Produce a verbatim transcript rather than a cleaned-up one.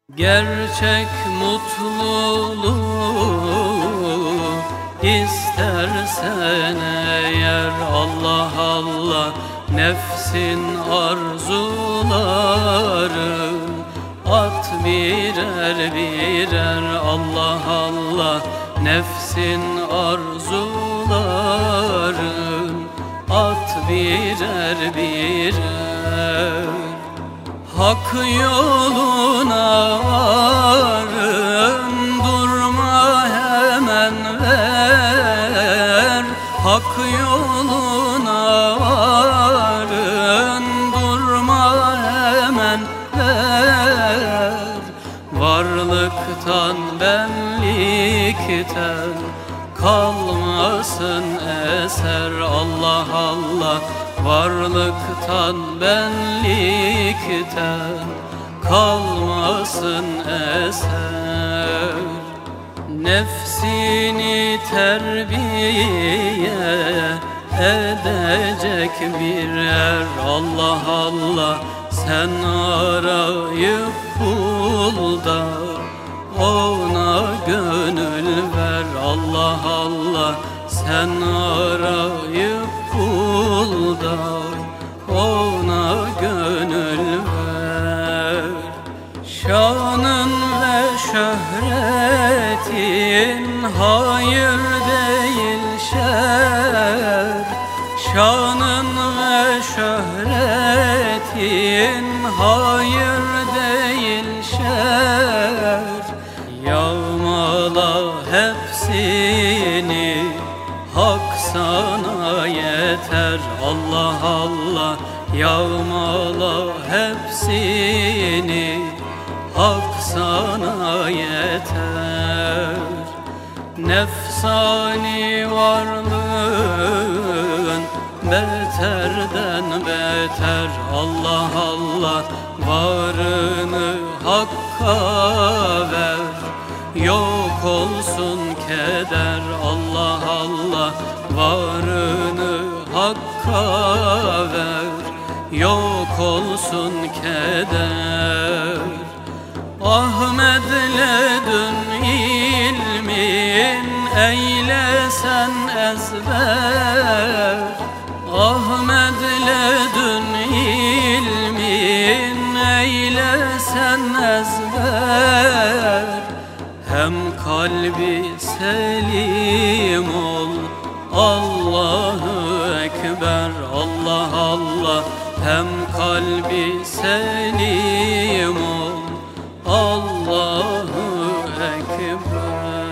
Gerçek mutluluğu istersen eğer, Allah Allah nefsin arzuların, at birer birer Allah Allah nefsin arzuların, at birer birer. Hak yoluna varın, durma hemen ver. Hak yoluna varın, durma hemen ver. Varlıktan benlikten kalmasın eser, Allah Allah varlıktan benlikten kalmasın eser. Nefsini terbiye edecek bir er, Allah Allah sen arayıp bul da ona gönül ver, Allah Allah sen arayıp bul da ona gönül ver. Şanın ve şöhretin hayır değil şer, şanın ve şöhretin hayır değil şer. Yağmala hepsini, hak sana yeter, Allah Allah yağmala hepsini, hak sana yeter. Nefsani varlığın beterden beter, Allah Allah varını hakka ver. Yok olsun keder, Allah Allah varını hakka ver. Yok olsun keder. Ahmet ledün ilmin eylesen ezber, Ahmet ledün ilmin eylesen ezber. Hem kalbi selim ol, Allahu Ekber, Allah Allah hem kalbi selim ol, Allahu Ekber.